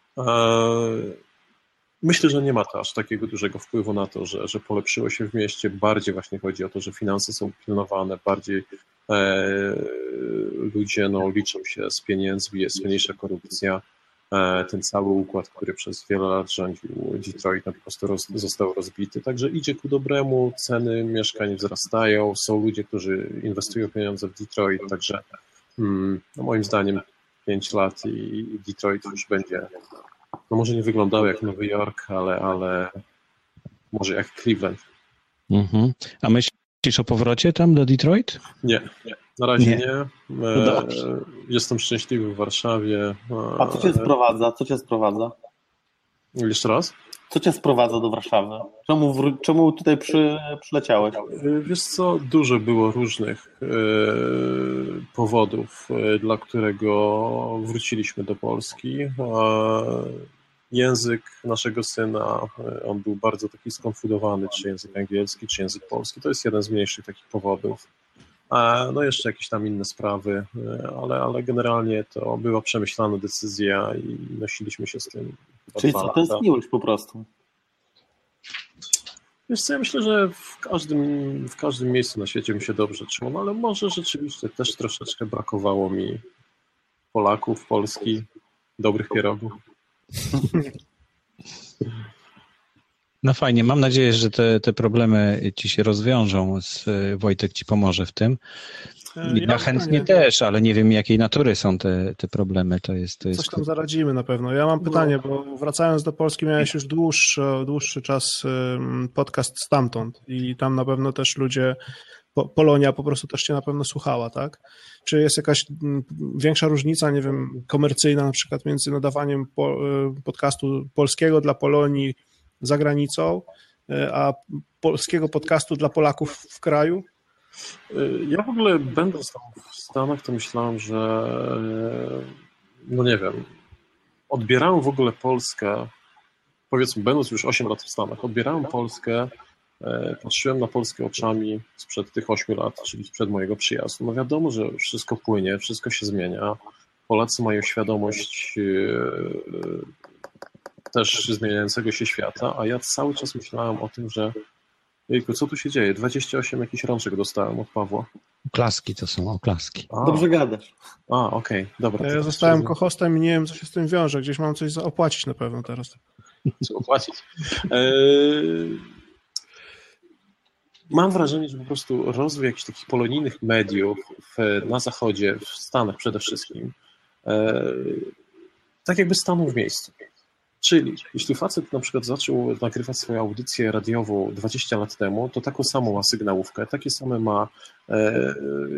[SPEAKER 4] Myślę, że nie ma to aż takiego dużego wpływu na to, że, że polepszyło się w mieście. Bardziej właśnie chodzi o to, że finanse są pilnowane, bardziej e, ludzie no, liczą się z pieniędzmi, jest mniejsza korupcja. ten cały układ, który przez wiele lat rządził Detroit, no po prostu roz, został rozbity. Także idzie ku dobremu, ceny mieszkań wzrastają, są ludzie, którzy inwestują pieniądze w Detroit, także hmm, no moim zdaniem pięć lat i Detroit już będzie, no może nie wyglądało jak Nowy Jork, ale, ale może jak Cleveland.
[SPEAKER 1] Mhm. A myślisz o powrocie tam do Detroit?
[SPEAKER 4] Nie, nie. Na razie nie.
[SPEAKER 1] Nie.
[SPEAKER 4] nie.
[SPEAKER 1] No
[SPEAKER 4] Jestem szczęśliwy w Warszawie.
[SPEAKER 3] A co cię sprowadza? Co cię sprowadza?
[SPEAKER 4] Jeszcze raz?
[SPEAKER 3] Co cię sprowadza do Warszawy? Czemu, wró- czemu tutaj przy, przyleciałeś?
[SPEAKER 4] Wiesz co, dużo było różnych e, powodów, e, dla którego wróciliśmy do Polski. E, język naszego syna, e, on był bardzo taki skonfudowany, czy język angielski, czy język polski. To jest jeden z mniejszych takich powodów. E, no jeszcze jakieś tam inne sprawy, e, ale, ale generalnie to była przemyślana decyzja i nosiliśmy się z tym.
[SPEAKER 3] Czyli co, tęskniłeś po prostu?
[SPEAKER 4] Wiesz co, ja myślę, że w każdym, w każdym miejscu na świecie bym się dobrze czuł, no ale może rzeczywiście też troszeczkę brakowało mi Polaków, Polski, dobrych pierogów.
[SPEAKER 1] No fajnie, mam nadzieję, że te, te problemy ci się rozwiążą. Wojtek ci pomoże w tym. Ja, ja chętnie pytanie. też, ale nie wiem jakiej natury są te, te problemy. To jest, to jest...
[SPEAKER 2] Coś tam zaradzimy na pewno. Ja mam pytanie, bo wracając do Polski miałeś już dłuższy, dłuższy czas podcast stamtąd i tam na pewno też ludzie, Polonia po prostu też cię na pewno słuchała, tak? Czy jest jakaś większa różnica, nie wiem, komercyjna na przykład między nadawaniem podcastu polskiego dla Polonii za granicą, a polskiego podcastu dla Polaków w kraju?
[SPEAKER 4] Ja w ogóle będąc tam w Stanach, to myślałem, że no nie wiem, odbierałem w ogóle Polskę, powiedzmy będąc już osiem lat w Stanach, odbierałem Polskę, patrzyłem na Polskę oczami sprzed tych ośmiu lat, czyli sprzed mojego przyjazdu. No wiadomo, że wszystko płynie, wszystko się zmienia, Polacy mają świadomość też zmieniającego się świata, a ja cały czas myślałem o tym, że jejku, co tu się dzieje? dwadzieścia osiem jakichś rączek dostałem od Pawła.
[SPEAKER 1] Oklaski to są, oklaski.
[SPEAKER 4] A,
[SPEAKER 3] Dobrze gadasz.
[SPEAKER 4] A, okej, okay, dobra.
[SPEAKER 2] Ja zostałem co-hostem i nie wiem, co się z tym wiąże. Gdzieś mam coś opłacić na pewno teraz.
[SPEAKER 4] Co opłacić? Eee... Mam wrażenie, że po prostu rozwój jakichś takich polonijnych mediów w, na zachodzie, w Stanach przede wszystkim, e, tak jakby stanął w miejscu. Czyli jeśli facet na przykład zaczął nagrywać swoją audycję radiową dwadzieścia lat temu, to taką samą ma sygnałówkę, takie same ma e, e,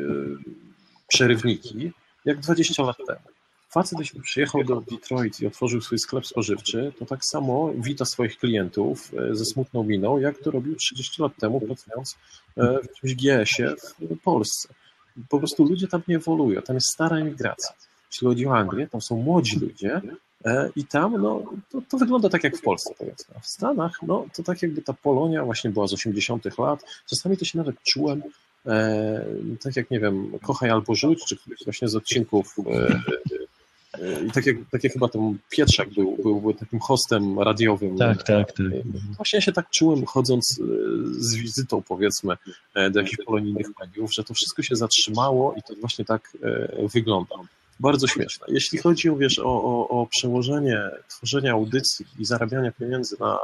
[SPEAKER 4] przerywniki jak dwadzieścia lat temu. Facet, jeśli przyjechał do Detroit i otworzył swój sklep spożywczy, to tak samo wita swoich klientów ze smutną miną, jak to robił trzydzieści lat temu, pracując w jakimś G S-ie w Polsce. Po prostu ludzie tam nie ewoluują, tam jest stara emigracja. Jeśli chodzi o Anglię, tam są młodzi ludzie i tam no, to, to wygląda tak jak w Polsce, powiedzmy. A w Stanach no, to tak jakby ta Polonia właśnie była z osiemdziesiątych lat. Czasami to się nawet czułem, e, tak jak, nie wiem, Kochaj albo Rzuć, czy któryś właśnie z odcinków e, I tak jak, tak jak chyba ten Pietrzak był, był, był takim hostem radiowym.
[SPEAKER 1] Tak, tak, tak.
[SPEAKER 4] Właśnie się tak czułem, chodząc z wizytą, powiedzmy, do jakichś polonijnych mediów, że to wszystko się zatrzymało i to właśnie tak wygląda. Bardzo śmieszne. Jeśli chodzi o, wiesz, o, o, o przełożenie tworzenia audycji i zarabiania pieniędzy na,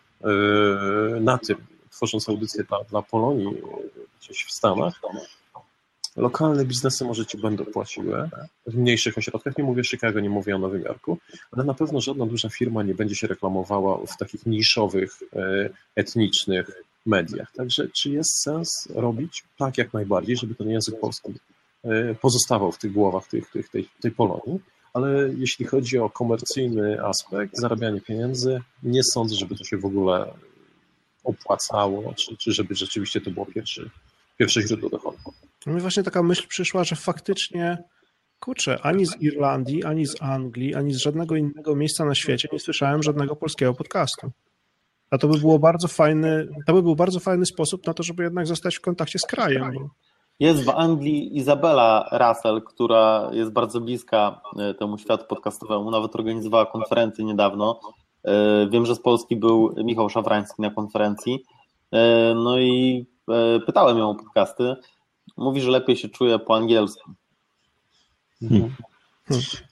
[SPEAKER 4] na tym, tworząc audycję dla, dla Polonii gdzieś w Stanach, lokalne biznesy może ci będą płaciły w mniejszych ośrodkach, nie mówię o Chicago, nie mówię o Nowym Jorku, ale na pewno żadna duża firma nie będzie się reklamowała w takich niszowych, etnicznych mediach. Także czy jest sens robić? Tak, jak najbardziej, żeby ten język polski pozostawał w tych głowach tych, tych, tej, tej Polonii, ale jeśli chodzi o komercyjny aspekt, zarabianie pieniędzy, nie sądzę, żeby to się w ogóle opłacało, czy, czy żeby rzeczywiście to było pierwszy, pierwsze źródło dochodu.
[SPEAKER 2] Mi właśnie taka myśl przyszła, że faktycznie, kurczę, ani z Irlandii, ani z Anglii, ani z żadnego innego miejsca na świecie nie słyszałem żadnego polskiego podcastu. A to by było bardzo fajny, to by był bardzo fajny sposób na to, żeby jednak zostać w kontakcie z krajem. Bo...
[SPEAKER 3] Jest w Anglii Izabela Russell, która jest bardzo bliska temu światu podcastowemu, nawet organizowała konferencję niedawno. Wiem, że z Polski był Michał Szafrański na konferencji. No i pytałem ją o podcasty. Mówi, że lepiej się czuje po angielsku.
[SPEAKER 1] Hmm. Hmm.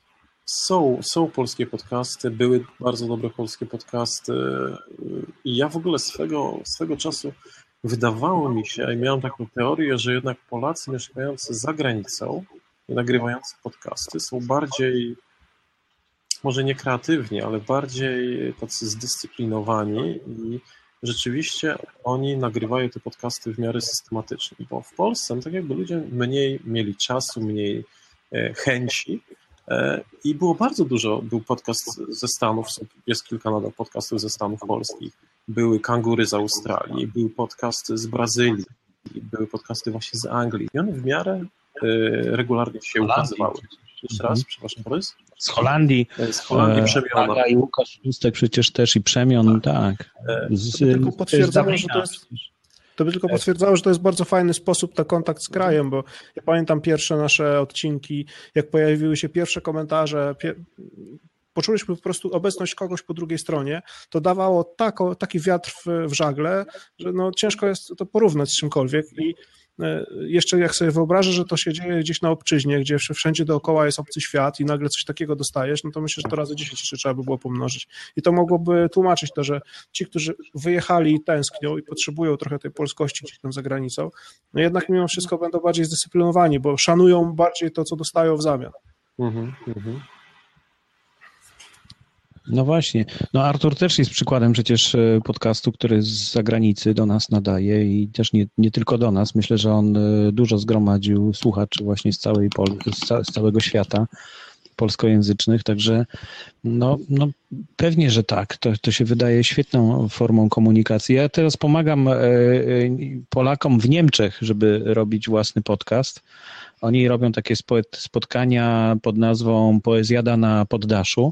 [SPEAKER 4] Są, są polskie podcasty, były bardzo dobre polskie podcasty i ja w ogóle swego, swego czasu wydawało mi się, i miałem taką teorię, że jednak Polacy mieszkający za granicą i nagrywający podcasty są bardziej, może nie kreatywni, ale bardziej tacy zdyscyplinowani i rzeczywiście oni nagrywają te podcasty w miarę systematycznie, bo w Polsce tak jakby ludzie mniej mieli czasu, mniej chęci i było bardzo dużo, był podcast ze Stanów, jest kilka nadal podcastów ze Stanów polskich, były kangury z Australii, był podcast z Brazylii, były podcasty właśnie z Anglii i one w miarę regularnie się ukazywały. Jeszcze raz, przepraszam, Borys?
[SPEAKER 1] Z Holandii.
[SPEAKER 4] Z Holandii Przemiona.
[SPEAKER 1] Aga i Łukasz Pustek przecież też i Przemion, tak. Z,
[SPEAKER 2] to by tylko potwierdzało, że to jest, to by tylko potwierdzało, że to jest bardzo fajny sposób na kontakt z krajem, bo ja pamiętam pierwsze nasze odcinki, jak pojawiły się pierwsze komentarze, pier... poczuliśmy po prostu obecność kogoś po drugiej stronie, to dawało tako, taki wiatr w, w żagle, że no ciężko jest to porównać z czymkolwiek i jeszcze jak sobie wyobrażę, że to się dzieje gdzieś na obczyźnie, gdzie wszędzie dookoła jest obcy świat i nagle coś takiego dostajesz, no to myślę, że to razy dziesięć jeszcze trzeba by było pomnożyć. I to mogłoby tłumaczyć to, że ci, którzy wyjechali i tęsknią i potrzebują trochę tej polskości gdzieś tam za granicą, no jednak mimo wszystko będą bardziej zdyscyplinowani, bo szanują bardziej to, co dostają w zamian.
[SPEAKER 4] Mhm, mhm.
[SPEAKER 1] No właśnie. No Artur też jest przykładem przecież podcastu, który z zagranicy do nas nadaje i też nie, nie tylko do nas. Myślę, że on dużo zgromadził słuchaczy właśnie z całej Pol- z, ca- z całego świata polskojęzycznych, także no, no pewnie, że tak. To, to się wydaje świetną formą komunikacji. Ja teraz pomagam Polakom w Niemczech, żeby robić własny podcast. Oni robią takie spotkania pod nazwą Poezjada na poddaszu.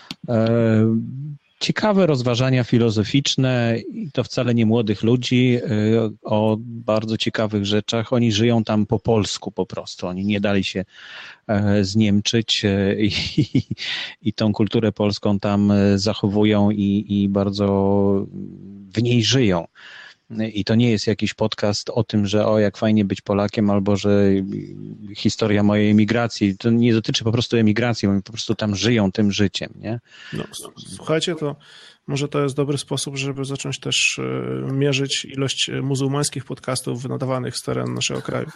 [SPEAKER 1] Ciekawe rozważania filozoficzne i to wcale nie młodych ludzi o bardzo ciekawych rzeczach. Oni żyją tam po polsku po prostu. Oni nie dali się zniemczyć i, i, i tą kulturę polską tam zachowują i, i bardzo w niej żyją. I to nie jest jakiś podcast o tym, że o, jak fajnie być Polakiem, albo że historia mojej emigracji. To nie dotyczy po prostu emigracji, oni po prostu tam żyją tym życiem, nie?
[SPEAKER 2] No, słuchajcie, to może to jest dobry sposób, żeby zacząć też mierzyć ilość muzułmańskich podcastów nadawanych z terenu naszego kraju.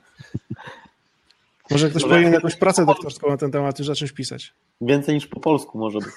[SPEAKER 2] Może ktoś powinien jakąś pracę doktorską na ten temat już zacząć pisać.
[SPEAKER 3] Więcej niż po polsku może być.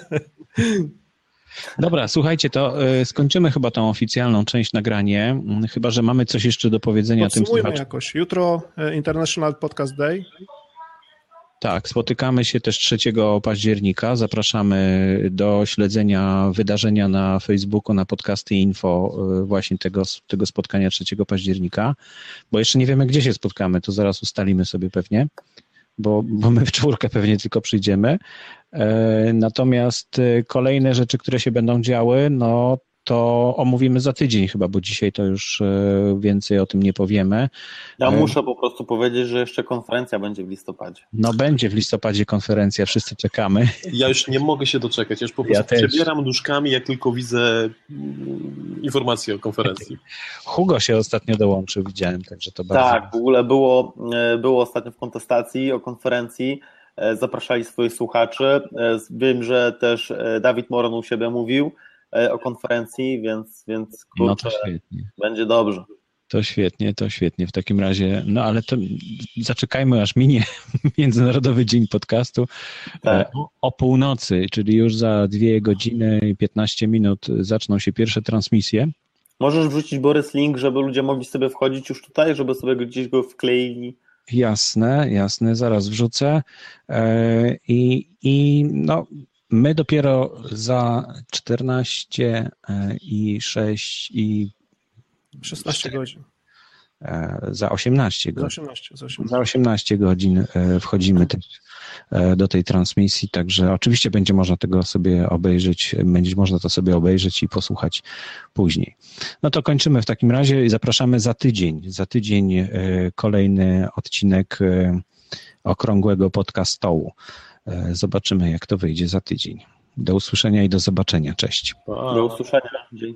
[SPEAKER 1] Dobra, słuchajcie, to skończymy chyba tą oficjalną część nagrania, chyba że mamy coś jeszcze do powiedzenia tym słuchaczom.
[SPEAKER 2] Jakoś. Jutro International Podcast Day.
[SPEAKER 1] Tak, spotykamy się też trzeciego października. Zapraszamy do śledzenia wydarzenia na Facebooku, na podcasty info właśnie tego, tego spotkania trzeciego października, bo jeszcze nie wiemy, gdzie się spotkamy, to zaraz ustalimy sobie pewnie. Bo, bo my w czwórkę pewnie tylko przyjdziemy. Natomiast kolejne rzeczy, które się będą działy, no to omówimy za tydzień chyba, bo dzisiaj to już więcej o tym nie powiemy.
[SPEAKER 3] Ja muszę po prostu powiedzieć, że jeszcze konferencja będzie w listopadzie.
[SPEAKER 1] No będzie w listopadzie konferencja, wszyscy czekamy.
[SPEAKER 4] Ja już nie mogę się doczekać, ja już po prostu ja przebieram nóżkami, jak tylko widzę informacje o konferencji.
[SPEAKER 1] Hugo się ostatnio dołączył, widziałem, także to bardzo...
[SPEAKER 3] Tak, w ogóle było, było ostatnio w kontestacji o konferencji, zapraszali swoich słuchaczy. Wiem, że też Dawid Moron u siebie mówił o konferencji, więc, więc kurczę,
[SPEAKER 1] no to świetnie.
[SPEAKER 3] Będzie dobrze.
[SPEAKER 1] To świetnie, to świetnie. W takim razie, no ale to zaczekajmy, aż minie Międzynarodowy Dzień Podcastu tak. o, o północy, czyli już za dwie godziny i piętnaście minut zaczną się pierwsze transmisje.
[SPEAKER 3] Możesz wrzucić, Borys, link, żeby ludzie mogli sobie wchodzić już tutaj, żeby sobie gdzieś go wkleili.
[SPEAKER 1] Jasne, jasne, zaraz wrzucę. I, i no... My dopiero za czternaście i sześć i
[SPEAKER 2] szesnaście godzin.
[SPEAKER 1] Za osiemnaście godzin.
[SPEAKER 2] Za osiemnaście, za osiemnaście.
[SPEAKER 1] Za osiemnaście godzin wchodzimy też do tej transmisji, także oczywiście będzie można tego sobie obejrzeć, będzie można to sobie obejrzeć i posłuchać później. No to kończymy w takim razie i zapraszamy za tydzień. Za tydzień kolejny odcinek Okrągłego Podcastołu. Zobaczymy, jak to wyjdzie za tydzień. Do usłyszenia i do zobaczenia. Cześć.
[SPEAKER 3] Do usłyszenia. Dzięki.